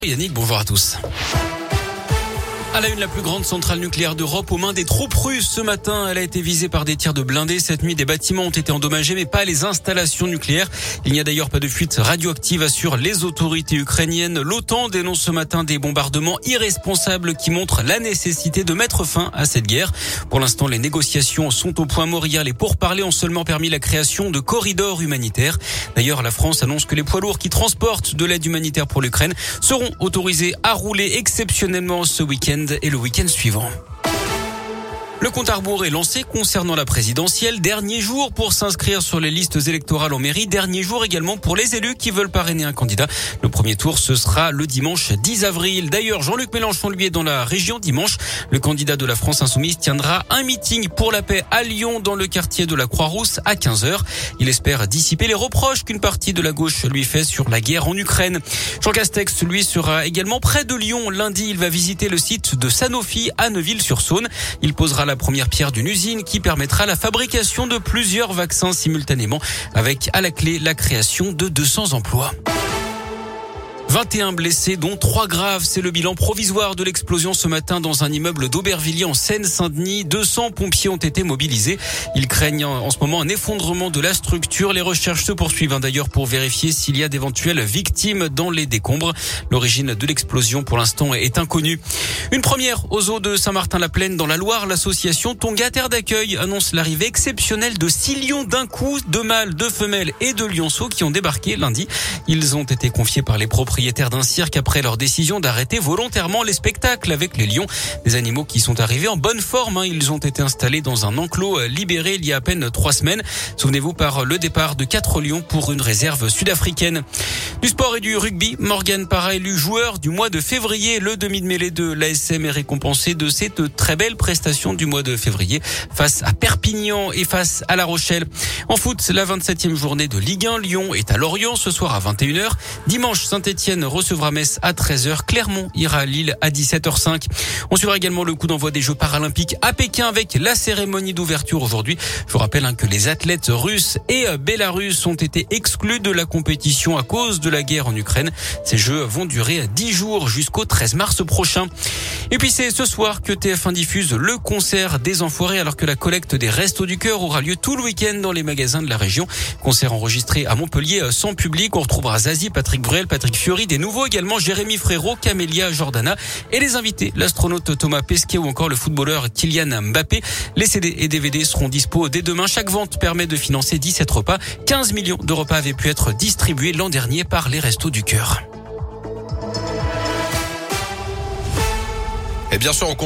Yannick, bonjour à tous. À la une, la plus grande centrale nucléaire d'Europe aux mains des troupes russes. Ce matin, elle a été visée par des tirs de blindés. Cette nuit, des bâtiments ont été endommagés, mais pas les installations nucléaires. Il n'y a d'ailleurs pas de fuite radioactive, assurent les autorités ukrainiennes. L'OTAN dénonce ce matin des bombardements irresponsables qui montrent la nécessité de mettre fin à cette guerre. Pour l'instant, les négociations sont au point mort. Hier, les pourparlers ont seulement permis la création de corridors humanitaires. D'ailleurs, la France annonce que les poids lourds qui transportent de l'aide humanitaire pour l'Ukraine seront autorisés à rouler exceptionnellement ce week-end et le week-end suivant. Le compte à rebours est lancé concernant la présidentielle. Dernier jour pour s'inscrire sur les listes électorales en mairie. Dernier jour également pour les élus qui veulent parrainer un candidat. Le premier tour, ce sera le dimanche 10 avril. D'ailleurs, Jean-Luc Mélenchon, lui, est dans la région dimanche. Le candidat de la France Insoumise tiendra un meeting pour la paix à Lyon dans le quartier de la Croix-Rousse à 15h. Il espère dissiper les reproches qu'une partie de la gauche lui fait sur la guerre en Ukraine. Jean Castex, lui, sera également près de Lyon. Lundi, il va visiter le site de Sanofi à Neuville-sur-Saône. Il posera la première pierre d'une usine qui permettra la fabrication de plusieurs vaccins simultanément avec à la clé la création de 200 emplois. 21 blessés, dont 3 graves. C'est le bilan provisoire de l'explosion ce matin dans un immeuble d'Aubervilliers en Seine-Saint-Denis. 200 pompiers ont été mobilisés. Ils craignent en ce moment un effondrement de la structure. Les recherches se poursuivent d'ailleurs pour vérifier s'il y a d'éventuelles victimes dans les décombres. L'origine de l'explosion pour l'instant est inconnue. Une première aux eaux de Saint-Martin-la-Plaine dans la Loire. L'association Tonga Terre d'accueil annonce l'arrivée exceptionnelle de 6 lions d'un coup, 2 mâles, 2 femelles et 2 lionceaux qui ont débarqué lundi. Ils ont été confiés par les propriétaires d'un cirque après leur décision d'arrêter volontairement les spectacles avec les lions. Des animaux qui sont arrivés en bonne forme. Ils ont été installés dans un enclos libéré il y a à peine 3 semaines. Souvenez-vous, par le départ de 4 lions pour une réserve sud-africaine. Du sport et du rugby, Morgan Parra élu joueur du mois de février. Le demi de mêlée de l'ASM est récompensé de cette très belle prestation du mois de février face à Perpignan et face à La Rochelle. En foot, la 27e journée de Ligue 1. Lyon est à Lorient ce soir à 21h. Dimanche, Saint-Etienne recevra Metz à 13h. Clermont ira à Lille à 17h05. On suivra également le coup d'envoi des Jeux paralympiques à Pékin avec la cérémonie d'ouverture aujourd'hui. Je vous rappelle que les athlètes russes et bélarusses ont été exclus de la compétition à cause de la guerre en Ukraine. Ces Jeux vont durer 10 jours jusqu'au 13 mars prochain. Et puis c'est ce soir que TF1 diffuse le concert des Enfoirés alors que la collecte des Restos du Cœur aura lieu tout le week-end dans les magasins de la région. Concert enregistré à Montpellier sans public. On retrouvera Zazie, Patrick Bruel, Patrick Fiori, des nouveaux également Jérémy Frérot, Camélia Jordana et les invités, l'astronaute Thomas Pesquet ou encore le footballeur Kylian Mbappé. Les CD et DVD seront dispo dès demain. Chaque vente permet de financer 17 repas. 15 millions de repas avaient pu être distribués l'an dernier par les Restos du Cœur. Et bien sûr,